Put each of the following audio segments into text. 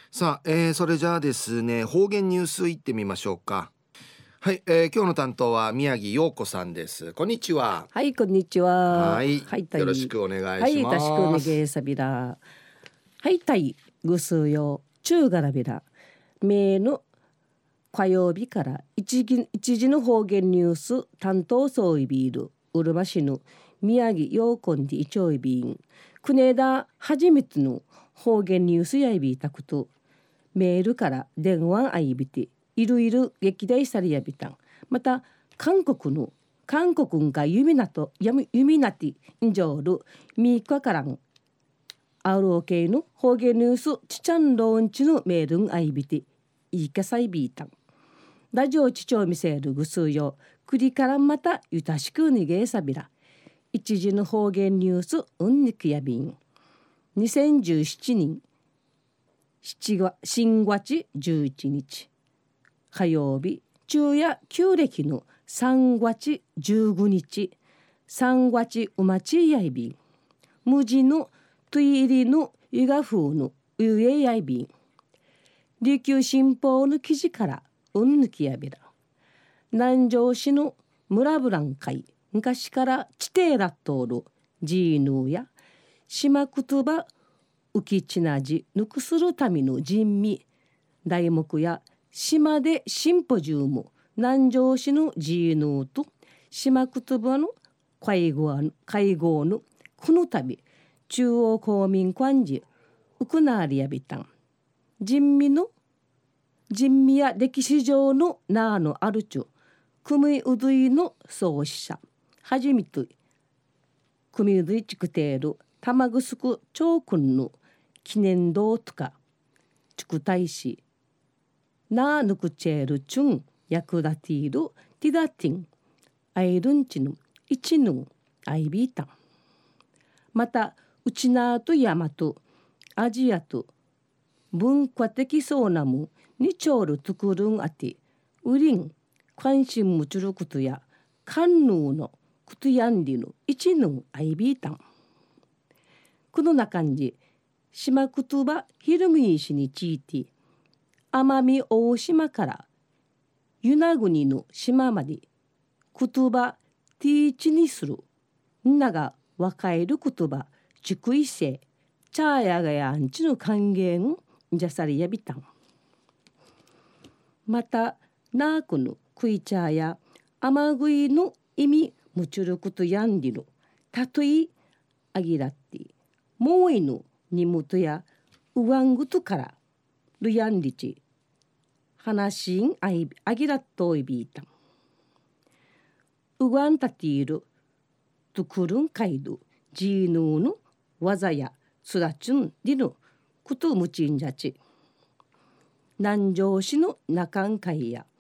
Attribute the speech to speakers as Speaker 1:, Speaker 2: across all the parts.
Speaker 1: さあ、それじゃあですね、方言ニュースいってみましょうか。はい、今日の担当は宮城陽子さんです。こんにちは。
Speaker 2: はい、こんにちは。
Speaker 1: はい、
Speaker 2: はい、
Speaker 1: よろしくお願いし
Speaker 2: はい、たしく
Speaker 1: ます。
Speaker 2: ねげさびら。はい、ぐすよ、中がらびら。めの火曜日から一時の方言ニュース担当総いビール、うるま市の宮城陽子んでいちょいびん。くねだ初めての方言ニュースやいびいたくと、メールから電話あいびて、いろいろ劇大さりやびたん。また、韓国が弓なと、弓なて、んじょうる、みかからん、ROK の方言ニュース、ちちゃんろんちのメールんあいびて、いいかさいびいたん。ラジオちちょうみせるぐすうよ、くりからんまた、ゆたしくにげさびら。一時の方言ニュース、うんにくやびん。2017年新月11日火曜日、昼夜旧暦の3月15日、3月うまちやいびん、無地のトイ入りのゆが風のゆえやいびん、琉球新報の記事からうんぬきやびら、南城市の村ブラン会、昔から地底らっとおるジーヌーや島くとば浮きちなじぬくするための人味題目や島でシンポジウム南城市のジーヌーと島くとばの会合のこの度中央公民館寺ウクナーリアビタン人味や歴史上のナーのあるちゅクミウドイの創始者はじめとクミウドイチクテール玉ぐすく長君の記念堂とかチク大使なぬくチェールチュン役立ているティダティンアイルンチヌイチヌンアイビータンまたウチナーとヤマとアジアと文化的そうなむにちょうるとくるんあてウリン関心むちゅることやカンヌーのことやんりの一ヌンアイビータンこの中に島くとばひるみいしにちいて奄美大島から与那国の島まで言葉ティーチにするんなが若いる言葉熟いせチャーヤがやんちの還元じゃさりやびたんまたナークのクイチャーや甘食いの意味むちゅることやんりのたとえあぎらってもういのにむとやうわんぐとからるやんりち話んあぎらっといびいたんうわんたているとくるんかいるジーヌーの技やすだちんりのことむちんじゃち南城市の中ん会や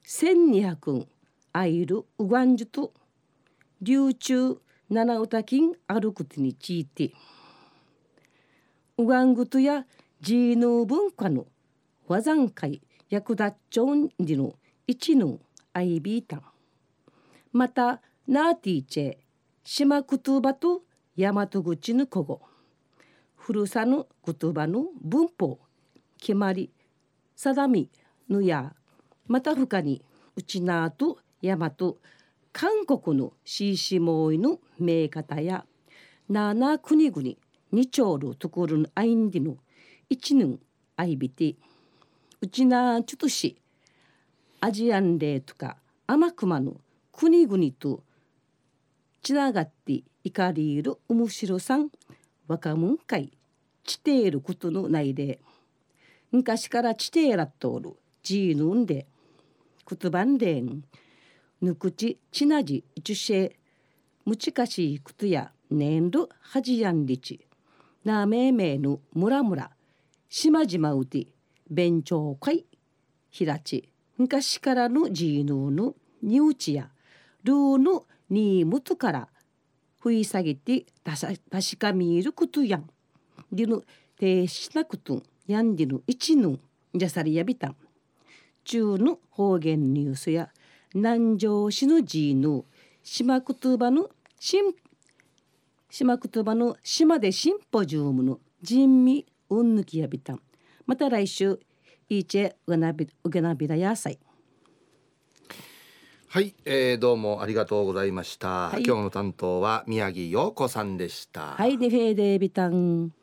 Speaker 2: 1200あいるうがんじゅと流中七歌金あることについてうがんぐとやジーヌー文化の和山会役立っちょんりの一のアイビータンまたナーティーチェ島くとばと大和口の古語古さの言葉の文法決まり定みのやまた他にうちなーと大和韓国のシーシモイの名方やなな国々にちょうるところのアインディの一年アイビティうちなちょっとしアジアンレイとか天熊の国々とつながっていかりいる面白さん若者会ちていることのないで昔からちていらっとおるジーヌンで言葉んでんぬくちちなじいちゅしむちかしいことや年度はじやんりちなめめぬむらむらしまじまうて勉強会ひらち昔からのジーヌーのにうちやルーのにむとからふい下げて確かみいることやんりぬてしなことやんりぬ一ぬんじゃさりやびたん中の方言ニュースや南城市のジーヌー島言葉の島でシンポジウムの人味うんぬきやびたんまた来週いいチェうげなびらやさい。
Speaker 1: はい、どうもありがとうございました、
Speaker 2: はい、
Speaker 1: 今日の担当は宮城陽子さんでした。
Speaker 2: はい、ネフェーデービタン。